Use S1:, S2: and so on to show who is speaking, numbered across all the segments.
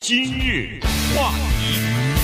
S1: 今日话题，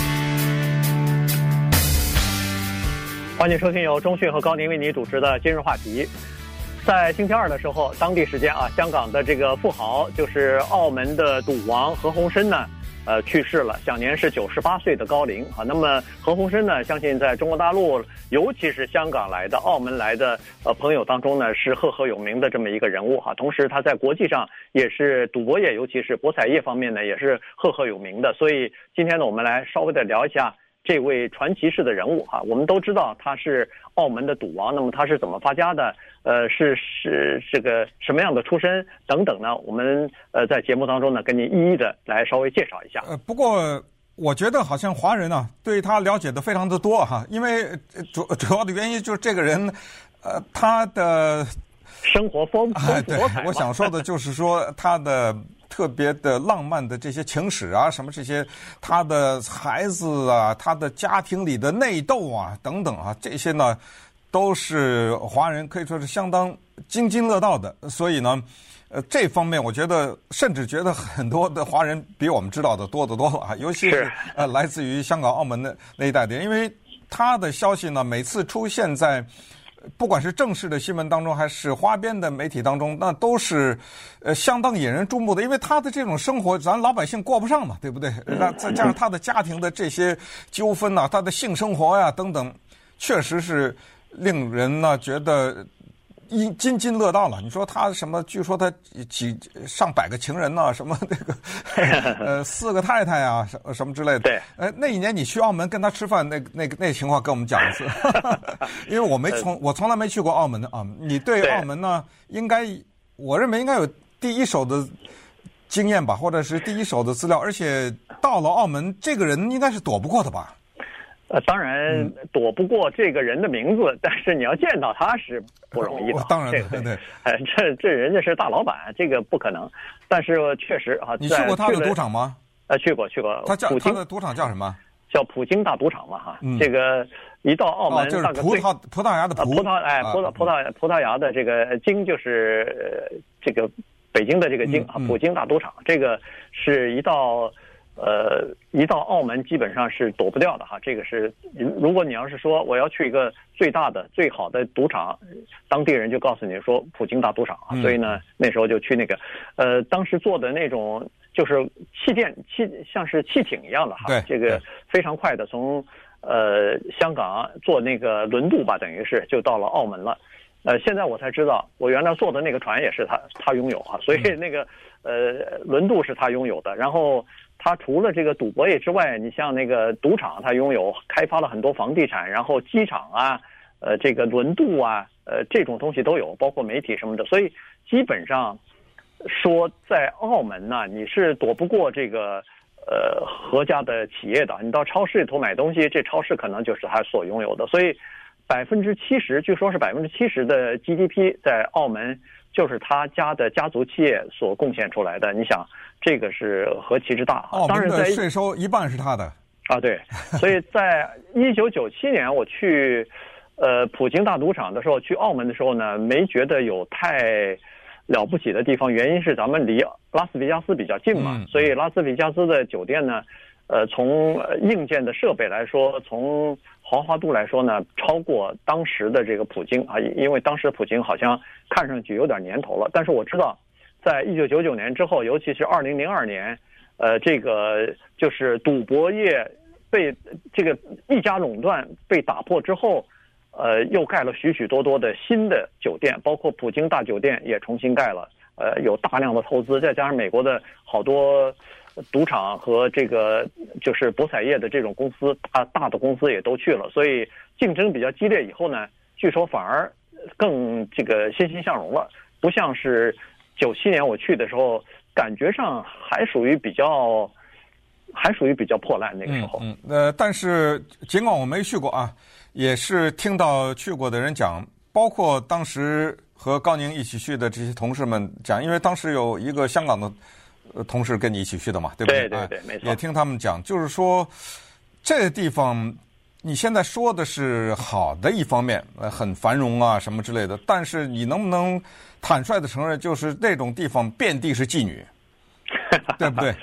S2: 欢迎收听由钟讯和高宁为你主持的今日话题。在星期二的时候，当地时间香港的这个富豪就是澳门的赌王何鸿燊呢，去世了，享年是98岁的高龄啊。那么何鸿燊呢，相信在中国大陆，尤其是香港来的、澳门来的朋友当中呢，是赫赫有名的这么一个人物哈。同时他在国际上也是赌博业，尤其是博彩业方面呢，也是赫赫有名的。所以今天呢，我们来稍微的聊一下这位传奇式的人物哈。我们都知道他是澳门的赌王，那么他是怎么发家的？是这个什么样的出身等等呢？我们在节目当中呢，跟您一一的来稍微介绍一下。
S3: 不过我觉得好像华人啊对他了解的非常的多哈，因为主要的原因就是这个人，他的
S2: 生活丰富多彩。
S3: 对，我想说的就是说他的特别的浪漫的这些情史啊，什么这些，他的孩子啊，他的家庭里的内斗啊等等啊，这些呢都是华人可以说是相当津津乐道的。所以呢这方面我觉得甚至觉得很多的华人比我们知道的多得多了啊，尤其是来自于香港澳门的那一带的人，因为他的消息呢每次出现在不管是正式的新闻当中还是花边的媒体当中，那都是相当引人注目的，因为他的这种生活咱老百姓过不上嘛，对不对？那再加上他的家庭的这些纠纷啊，他的性生活呀等等，确实是令人呢觉得津津乐道了。你说他什么？据说他上百个情人呢，什么那个4个太太啊，什么之类的。
S2: 对。
S3: 那一年你去澳门跟他吃饭，那情况跟我们讲一次，因为我从来没去过澳门的啊。你对澳门呢，我认为应该有第一手的经验吧，或者是第一手的资料，而且到了澳门，这个人应该是躲不过的吧。
S2: 当然躲不过这个人的名字，但是你要见到他是不容易的。
S3: 当然，
S2: 对，这人家是大老板，这个不可能。但是确实啊，
S3: 你去过他的赌场吗？
S2: 去过。他
S3: 的赌场叫什么？
S2: 叫普京大赌场嘛哈。这个一到澳门，
S3: 就是葡萄牙的葡
S2: 萄牙的这个京就是这个北京的这个京啊，普京大赌场，这个是一到澳门基本上是躲不掉的哈。这个是，如果你要是说我要去一个最大的最好的赌场，当地人就告诉你说普京大赌场啊。所以呢，那时候就去那个，当时做的那种就是像是汽艇一样的哈。
S3: 对，
S2: 这个非常快的从香港坐那个轮渡吧，等于是就到了澳门了。现在我才知道，我原来坐的那个船也是他拥有啊，所以那个轮渡是他拥有的。然后他除了这个赌博业之外，你像那个赌场，他拥有开发了很多房地产，然后机场啊，这个轮渡啊，这种东西都有，包括媒体什么的。所以基本上说在澳门呢，你是躲不过这个何家的企业的。你到超市里头买东西，这超市可能就是他所拥有的。所以70%，据说是70%的 GDP 在澳门就是他家的家族企业所贡献出来的。你想，这个是何其之大！
S3: 澳门的税收一半是他的
S2: 啊，对。所以在1997年我去普京大赌场的时候，去澳门的时候呢，没觉得有太了不起的地方，原因是咱们离拉斯维加斯比较近嘛，所以拉斯维加斯的酒店呢，从硬件的设备来说，从豪华度来说呢，超过当时的这个普京啊，因为当时普京好像看上去有点年头了。但是我知道，在1999年之后，尤其是2002年，这个就是赌博业被这个一家垄断被打破之后，又盖了许许多多的新的酒店，包括普京大酒店也重新盖了，有大量的投资，再加上美国的好多赌场和这个就是博彩业的这种公司，大的公司也都去了，所以竞争比较激烈。以后呢，据说反而更这个欣欣向荣了，不像是97年我去的时候，感觉上还属于比较破烂那个时候。
S3: 但是尽管我没去过啊，也是听到去过的人讲，包括当时和高宁一起去的这些同事们讲，因为当时有一个香港的同事跟你一起去的嘛，对不对？
S2: 对，没错。
S3: 也听他们讲，就是说这个地方你现在说的是好的一方面，很繁荣啊什么之类的，但是你能不能坦率的承认，就是那种地方遍地是妓女，对不对？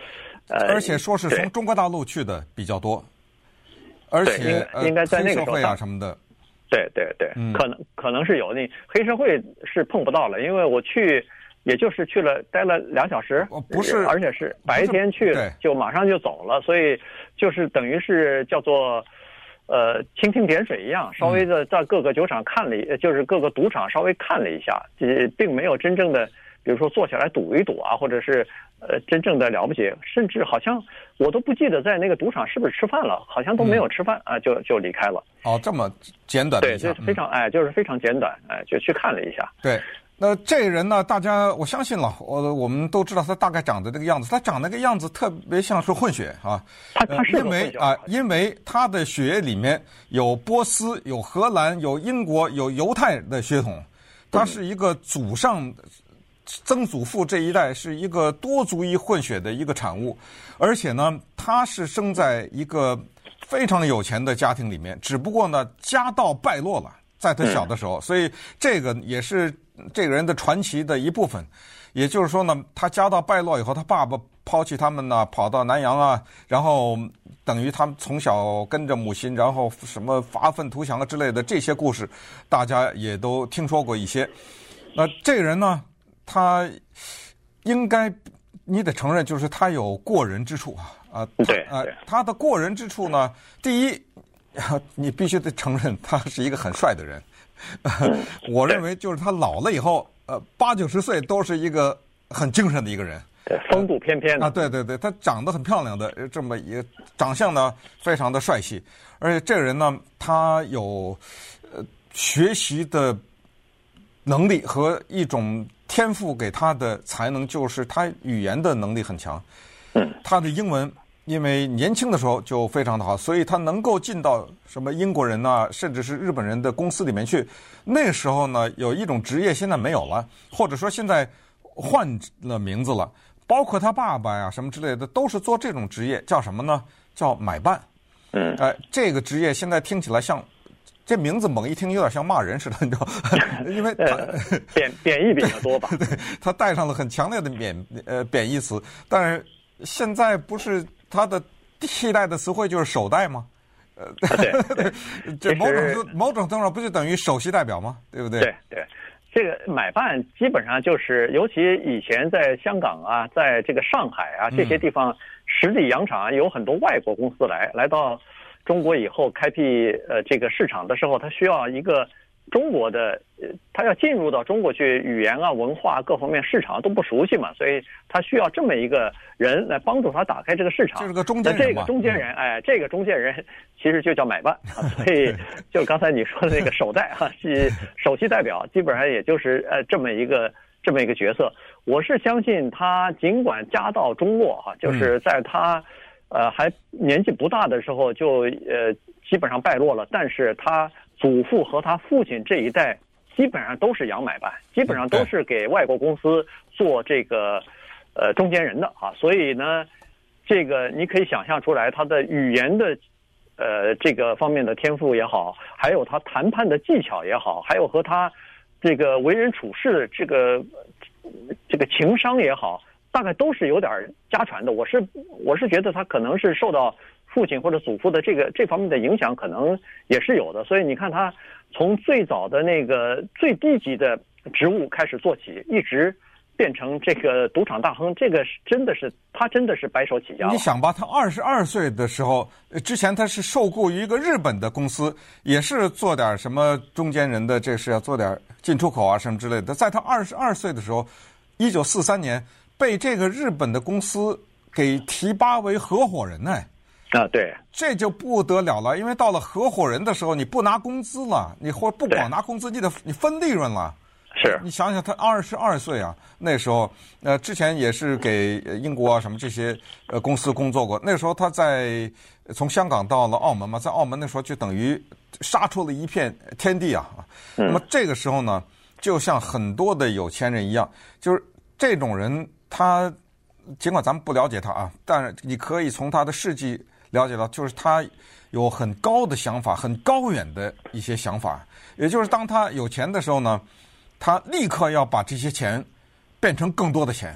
S3: 而且说是从中国大陆去的比较多，而且
S2: 应该在那个时候
S3: 黑社会啊什么的。
S2: 对，可能是有那黑社会是碰不到了，因为我去也就是待了2小时，
S3: 不是，
S2: 而且是白天去就马上就走了，所以就是等于是叫做蜻蜓点水一样，稍微的在各个酒厂看了，就是各个赌场稍微看了一下，并没有真正的比如说坐下来赌一赌啊，或者是真正的了不起，甚至好像我都不记得在那个赌场是不是吃饭了，好像都没有吃饭啊，就离开了。
S3: 哦，这么简短的一下。
S2: 对，非常就是非常简短，就去看了一下。
S3: 对，那这个人呢，大家我相信了，我们都知道他大概长的这个样子，他长那个样子特别像是混血啊。
S2: 他是
S3: 因为他的血液里面有波斯、有荷兰、有英国、有犹太的血统，他是一个祖上。曾祖父这一代是一个多族裔混血的一个产物，而且呢，他是生在一个非常有钱的家庭里面，只不过呢，家道败落了，在他小的时候，所以这个也是这个人的传奇的一部分。也就是说呢，他家道败落以后，他爸爸抛弃他们呢，跑到南洋啊，然后等于他们从小跟着母亲，然后什么发愤图强啊之类的这些故事，大家也都听说过一些。那这个人呢？他应该，你得承认，就是他有过人之处啊。
S2: 对，
S3: 他的过人之处呢，第一，你必须得承认他是一个很帅的人。我认为就是他老了以后，80、90岁都是一个很精神的一个人。
S2: 对，风度翩翩的。
S3: 对，他长得很漂亮的这么一个长相呢，非常的帅气，而且这个人呢，他有学习的能力和一种天赋给他的才能，就是他语言的能力很强。他的英文因为年轻的时候就非常的好，所以他能够进到什么英国人啊，甚至是日本人的公司里面去。那时候呢，有一种职业现在没有了，或者说现在换了名字了，包括他爸爸呀什么之类的，都是做这种职业，叫什么呢？叫买办。这个职业现在听起来像。这名字猛一听有点像骂人似的，你知道？因为
S2: 贬义比较多吧？
S3: 对，他带上了很强烈的贬义词。但是现在不是他的替代的词汇就是首代吗？
S2: 对，
S3: 这某种程度上不就等于首席代表吗？对不对？
S2: 对，这个买办基本上就是，尤其以前在香港啊，在这个上海啊这些地方，十里洋场有很多外国公司来到。中国以后开辟这个市场的时候，他需要一个中国的，他要进入到中国去，语言啊、文化各方面市场都不熟悉嘛，所以他需要这么一个人来帮助他打开这个市场。
S3: 就是个中间人嘛。
S2: 这个中间人，这个中间人其实就叫买办啊。所以就刚才你说的那个首代是首席代表，基本上也就是这么一个角色。我是相信他尽管家道中落就是在他。还年纪不大的时候就基本上败落了，但是他祖父和他父亲这一代基本上都是洋买办，基本上都是给外国公司做这个中间人的所以呢，这个你可以想象出来他的语言的这个方面的天赋也好，还有他谈判的技巧也好，还有和他这个为人处事的这个情商也好。大概都是有点家传的，我是觉得他可能是受到父亲或者祖父的这方面的影响，可能也是有的。所以你看他从最早的那个最低级的职务开始做起，一直变成这个赌场大亨，这个真的是白手起家。
S3: 你想吧，他22岁的时候，之前他是受雇于一个日本的公司，也是做点什么中间人的，这是要做点进出口啊什么之类的。在他22岁的时候，1943年。被这个日本的公司给提拔为合伙人呢，
S2: 对，
S3: 这就不得了了。因为到了合伙人的时候，你不拿工资了，你或不光拿工资，你分利润了。
S2: 是，
S3: 你想想，他22岁啊，那时候之前也是给英国啊什么这些公司工作过。那时候他从香港到了澳门嘛，在澳门那时候就等于杀出了一片天地啊。那么这个时候呢，就像很多的有钱人一样，就是这种人。他尽管咱们不了解他但是你可以从他的事迹了解到，就是他有很高的想法，很高远的一些想法。也就是当他有钱的时候呢，他立刻要把这些钱变成更多的钱。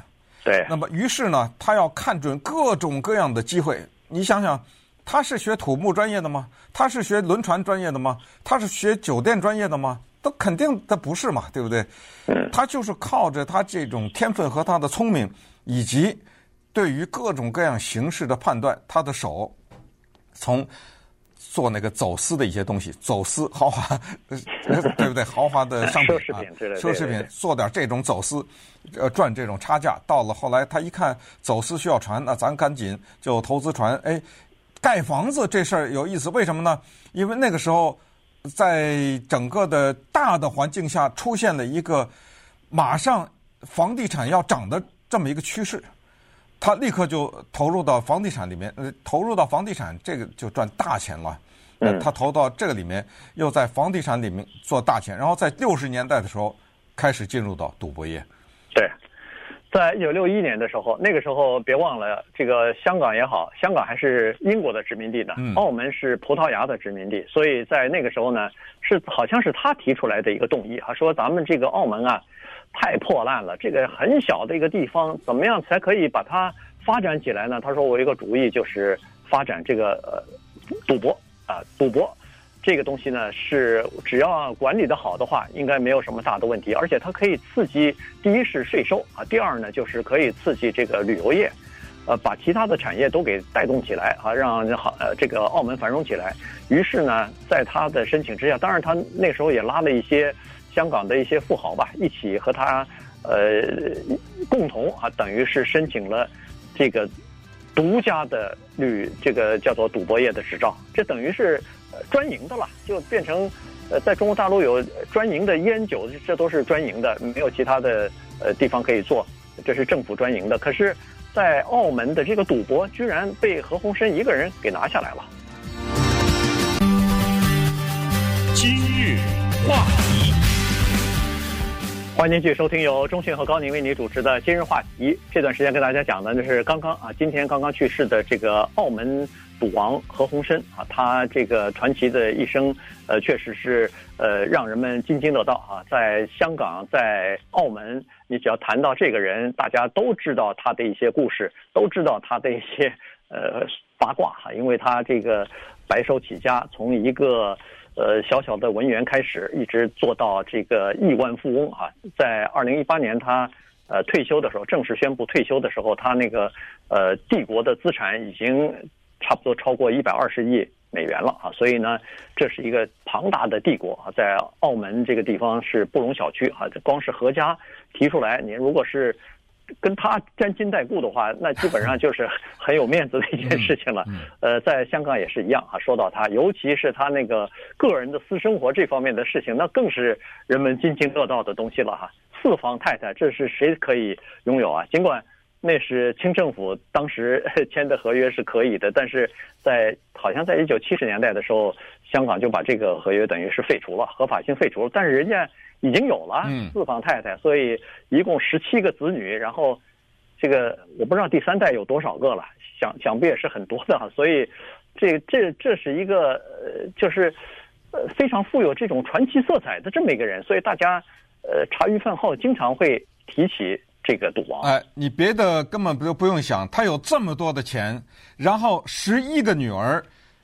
S2: 对。
S3: 那么于是呢，他要看准各种各样的机会。你想想，他是学土木专业的吗？他是学轮船专业的吗？他是学酒店专业的吗？都肯定他不是嘛，对不对？他就是靠着他这种天分和他的聪明，以及对于各种各样形势的判断，他的手从做那个走私的一些东西，走私豪华，对不对？豪华的商品、
S2: 奢侈品之类的，
S3: 奢侈品做点这种走私，赚这种差价。到了后来，他一看走私需要船，那咱赶紧就投资船。哎，盖房子这事儿有意思，为什么呢？因为那个时候，在整个的大的环境下，出现了一个马上房地产要涨的这么一个趋势。他立刻就投入到房地产里面，投入到房地产这个就赚大钱了。他投到这个里面，又在房地产里面做大钱，然后在60年代的时候开始进入到赌博业。
S2: 对，在1961年的时候，那个时候别忘了，这个香港也好，香港还是英国的殖民地呢，澳门是葡萄牙的殖民地，所以在那个时候呢，好像是他提出来的一个动议，说咱们这个澳门啊太破烂了，这个很小的一个地方，怎么样才可以把它发展起来呢？他说我有一个主意，就是发展这个赌博啊，赌博这个东西呢，是只要管理的好的话，应该没有什么大的问题，而且它可以刺激，第一是税收啊，第二呢就是可以刺激这个旅游业，把其他的产业都给带动起来啊，让这个澳门繁荣起来。于是呢，在他的申请之下，当然他那时候也拉了一些香港的一些富豪吧，一起和他共同啊，等于是申请了这个独家的这个叫做赌博业的执照，这等于是专营的了，就变成在中国大陆有专营的烟酒，这都是专营的，没有其他的地方可以做，这是政府专营的。可是，在澳门的这个赌博居然被何鸿燊一个人给拿下来了。
S1: 今日话题。
S2: 欢迎您继续收听由钟迅和高宁为你主持的今日话题。这段时间跟大家讲的就是今天刚刚去世的这个澳门赌王何鸿燊啊，他这个传奇的一生，确实是让人们津津乐道啊。在香港，在澳门，你只要谈到这个人，大家都知道他的一些故事，都知道他的一些八卦哈，因为他这个白手起家，从一个小小的文员开始，一直做到这个亿万富翁啊。在2018年他退休的时候，正式宣布退休的时候，他那个帝国的资产已经差不多超过120亿美元了啊。所以呢，这是一个庞大的帝国啊，在澳门这个地方是不容小觑啊。光是何家提出来，你如果是跟他沾亲带故的话，那基本上就是很有面子的一件事情了。在香港也是一样啊。说到他，尤其是他那个个人的私生活这方面的事情，那更是人们津津乐道的东西了哈。4房太太，这是谁可以拥有啊？尽管那是清政府当时签的合约是可以的，但是好像在1970年代的时候，香港就把这个合约等于是废除了，合法性废除了。但是人家已经有了4房太太，所以一共17个子女，然后这个我不知道第3代有多少个了，想必也是很多的，所以这是一个就是非常富有这种传奇色彩的这么一个人，所以大家茶余饭后经常会提起这个赌王。
S3: 你别的根本不用想，他有这么多的钱，然后11个女儿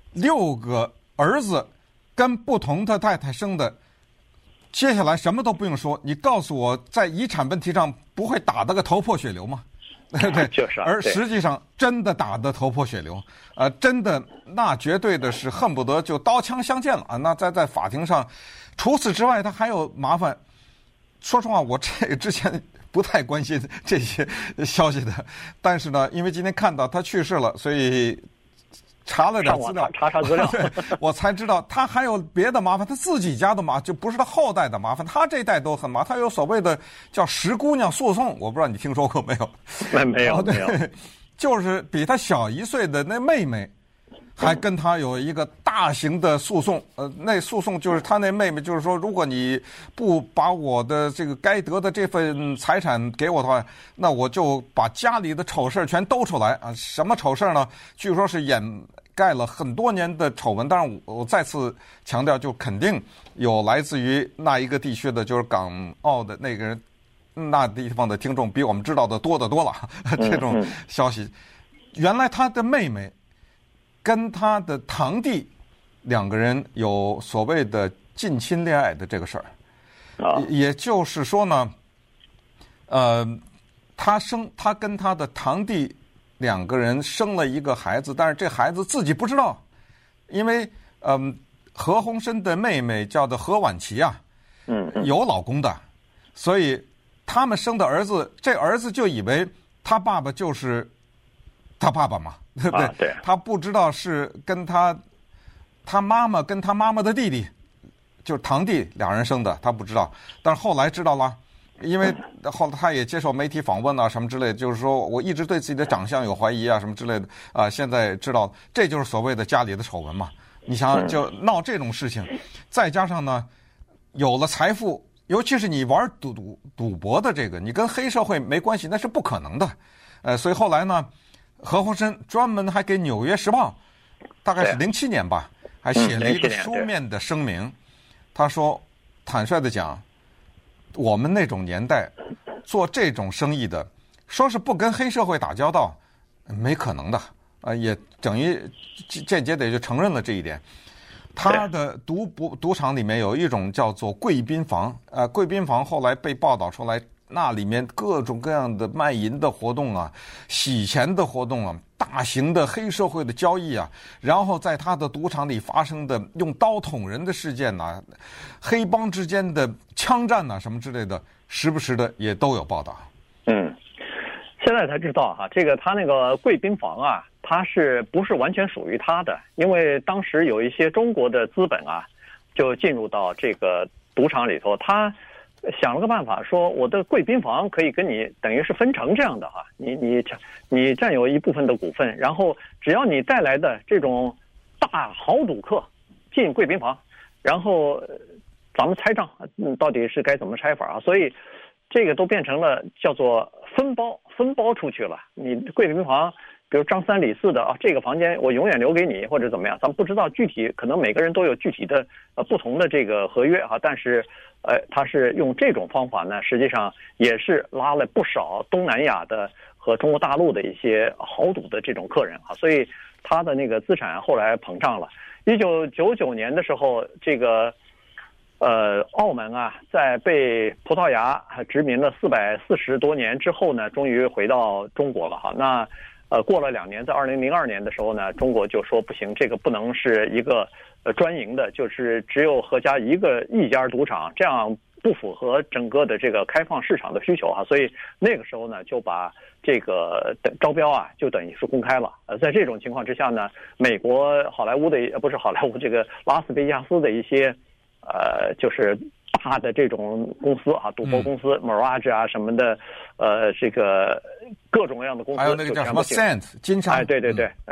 S3: ，6个儿子，跟不同的太太生的。接下来什么都不用说，你告诉我，在遗产问题上不会打得个头破血流吗？对不对？
S2: 就是啊。
S3: 而实际上真的打得头破血流，真的那绝对的是恨不得就刀枪相见了啊！那在法庭上，除此之外，他还有麻烦。说实话，我之前不太关心这些消息的，但是呢，因为今天看到他去世了，所以查了点资料，
S2: 查资料，
S3: 我才知道他还有别的麻烦，他自己家的麻就不是他后代的麻烦，他这一代都很麻烦。他有所谓的叫10姑娘诉讼，我不知道你听说过没有？
S2: 没有，
S3: 就是比他小1岁的那妹妹，还跟他有一个大型的诉讼。那诉讼就是他那妹妹，就是说，如果你不把我的这个该得的这份财产给我的话，那我就把家里的丑事全兜出来啊！什么丑事呢？据说是掩盖了很多年的丑闻。当然，我再次强调，就肯定有来自于那一个地区的，就是港澳的那个人那地方的听众比我们知道的多得多了。这种消息，原来他的妹妹跟他的堂弟两个人有所谓的近亲恋爱的这个事儿。也就是说呢，他跟他的堂弟两个人生了一个孩子，但是这孩子自己不知道，因为何鸿燊的妹妹叫做何婉琪啊，有老公的，所以他们生的儿子，这儿子就以为他爸爸就是他爸爸嘛，对不对？
S2: 对，
S3: 他不知道是跟他妈妈跟他妈妈的弟弟，就是堂弟两人生的，他不知道，但是后来知道了。因为后来他也接受媒体访问啊什么之类的，就是说我一直对自己的长相有怀疑啊什么之类的啊，现在知道这就是所谓的家里的丑闻嘛。你想就闹这种事情，再加上呢有了财富，尤其是你玩赌博的这个，你跟黑社会没关系那是不可能的。所以后来呢，何鸿燊专门还给《纽约时报》，大概是07年吧，还写了一个书面的声明，他说坦率的讲，我们那种年代做这种生意的，说是不跟黑社会打交道，没可能的啊，也等于间接的就承认了这一点。他的赌场里面有一种叫做贵宾房，贵宾房后来被报道出来，那里面各种各样的卖淫的活动啊，洗钱的活动啊，大型的黑社会的交易啊，然后在他的赌场里发生的用刀捅人的事件呐，黑帮之间的枪战呐什么之类的，时不时的也都有报道。
S2: 现在才知道哈，这个他那个贵宾房啊，它是不是完全属于他的？因为当时有一些中国的资本啊，就进入到这个赌场里头，他想了个办法，说我的贵宾房可以跟你等于是分成这样的哈，你占有一部分的股份，然后只要你带来的这种大豪赌客进贵宾房，然后咱们拆账，到底是该怎么拆法啊？所以这个都变成了叫做分包出去了。你贵宾房，比如张三李四的啊，这个房间我永远留给你，或者怎么样，咱们不知道具体，可能每个人都有具体的不同的这个合约啊，但是他是用这种方法呢，实际上也是拉了不少东南亚的和中国大陆的一些豪赌的这种客人啊，所以他的那个资产后来膨胀了。1999年的时候，这个澳门啊，在被葡萄牙殖民了440多年之后呢，终于回到中国了哈。那过了2年，在2002年的时候呢，中国就说不行，这个不能是一个专营的，就是只有何家一家赌场，这样不符合整个的这个开放市场的需求啊。所以那个时候呢，就把这个招标啊，就等于是公开了。在这种情况之下呢，美国好莱坞的不是好莱坞，这个拉斯维加斯的一些就是大的这种公司啊，赌博公司 Mirage 啊什么的，这个各种各样的公司，
S3: 还有那个叫什么 Sand 金山，
S2: 对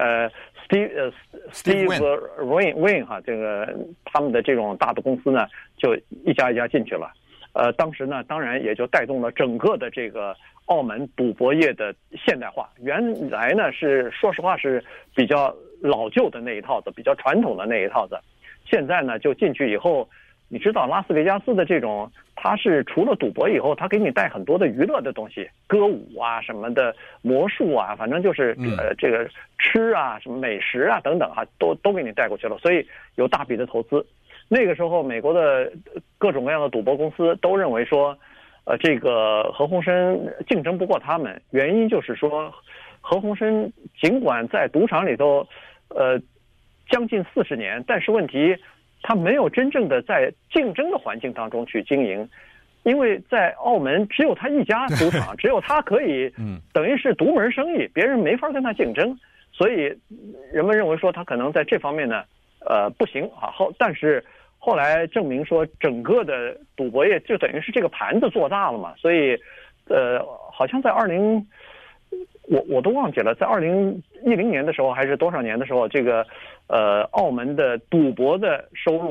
S2: ，Steve Wynn 哈，这个他们的这种大的公司呢，就一家一家进去了。当时呢，当然也就带动了整个的这个澳门赌博业的现代化。原来呢是说实话是比较老旧的那一套子，比较传统的那一套子。现在呢，就进去以后，你知道拉斯维加斯的这种，它是除了赌博以后，它给你带很多的娱乐的东西，歌舞啊什么的，魔术啊，反正就是这个吃啊什么美食啊等等啊，都给你带过去了，所以有大笔的投资。那个时候，美国的各种各样的赌博公司都认为说，这个何鸿燊竞争不过他们，原因就是说，何鸿燊尽管在赌场里头，将近40年，但是问题他没有真正的在竞争的环境当中去经营，因为在澳门只有他一家赌场，只有他可以，等于是独门生意，别人没法跟他竞争，所以人们认为说他可能在这方面呢，不行啊。但是后来证明说，整个的赌博业就等于是这个盘子做大了嘛，所以好像在我都忘记了，在2010年的时候还是多少年的时候，这个澳门的赌博的收入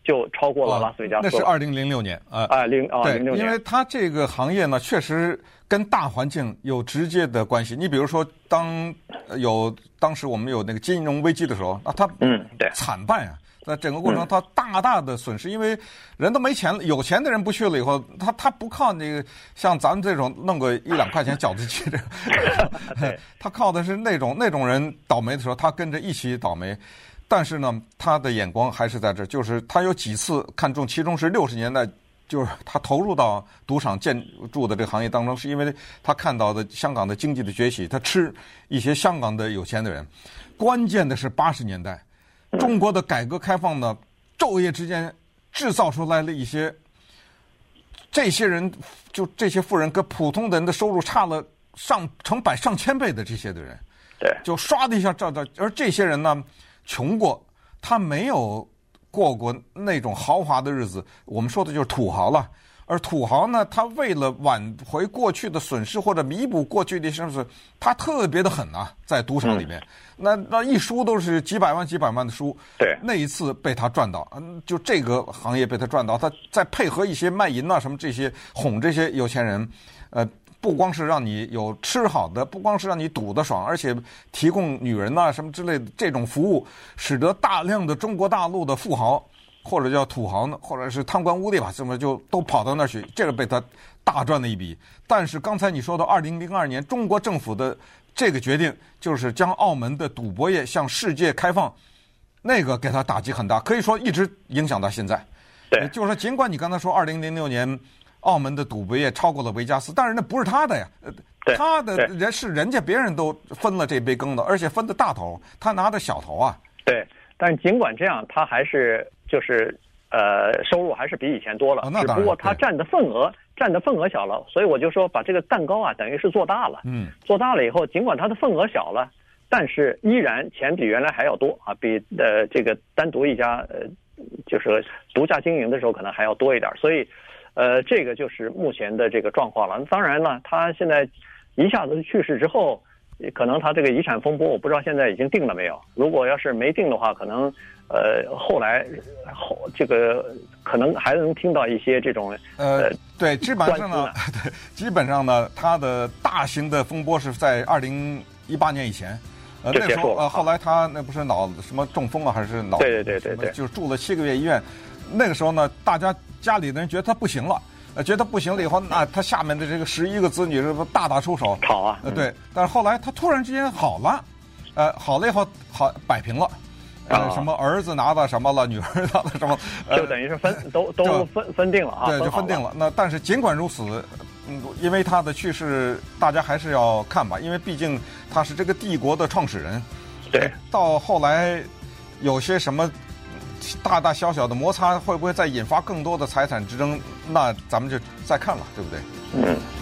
S2: 就超过了拉斯维加斯。
S3: 那是2006年啊
S2: ，06年，
S3: 因为它这个行业呢，确实跟大环境有直接的关系。你比如说，当时我们有那个金融危机的时候，它
S2: 对
S3: 惨败啊。在整个过程，他大大的损失，因为人都没钱了，有钱的人不去了以后，他不靠那个像咱们这种弄个1-2块钱饺子机这个，他靠的是那种人倒霉的时候，他跟着一起倒霉。但是呢，他的眼光还是在这，就是他有几次看中，其中是60年代，就是他投入到赌场建筑的这个行业当中，是因为他看到的香港的经济的崛起，他吃一些香港的有钱的人。关键的是80年代。中国的改革开放呢，昼夜之间制造出来了一些，这些人就这些富人跟普通人的收入差了成百上千倍的这些的人，
S2: 对，
S3: 就唰的一下照到，而这些人呢，穷过，他没有过过那种豪华的日子，我们说的就是土豪了。而土豪呢，他为了挽回过去的损失或者弥补过去的损失，他特别的狠啊，在赌场里面，那一输都是几百万的输。
S2: 对，
S3: 那一次被他赚到，就这个行业被他赚到，他再配合一些卖淫啊什么这些哄这些有钱人，不光是让你有吃好的，不光是让你赌得爽，而且提供女人啊什么之类的这种服务，使得大量的中国大陆的富豪。或者叫土豪呢，或者是贪官污吏吧，这么就都跑到那儿去，这个被他大赚了一笔。但是刚才你说到2002年，中国政府的这个决定，就是将澳门的赌博业向世界开放，那个给他打击很大，可以说一直影响到现在。
S2: 对，
S3: 就是说，尽管你刚才说2006年澳门的赌博业超过了维加斯，但是那不是他的呀，他的人是人家别人都分了这杯羹的，而且分的大头，他拿的小头啊。
S2: 对，但是尽管这样，他还是收入还是比以前多了，只不过他占的份额小了，所以我就说把这个蛋糕啊，等于是做大了。做大了以后，尽管它的份额小了，但是依然钱比原来还要多啊，比这个单独一家就是独家经营的时候可能还要多一点，所以这个就是目前的这个状况了。当然了，他现在一下子去世之后，可能他这个遗产风波，我不知道现在已经定了没有。如果要是没定的话，可能后来这个可能还能听到一些这种
S3: 对，基本上呢，他的大型的风波是在2018年以前。那时候后来他那不是脑什么中风啊，还是脑
S2: 对，
S3: 就住了7个月医院。那个时候呢，大家家里的人觉得他不行了。觉得他不行了以后，那他下面的这个11个子女是不大出手？
S2: 好啊，
S3: 对。但是后来他突然之间好了，好了以后摆平了，什么儿子拿到什么了，女儿拿到什么，
S2: 就等于是都分定了啊。
S3: 对，就分定了。那但是尽管如此，因为他的去世，大家还是要看吧，因为毕竟他是这个帝国的创始人。
S2: 对。
S3: 到后来有些什么大小小的摩擦，会不会再引发更多的财产之争？那咱们就再看了，对不对？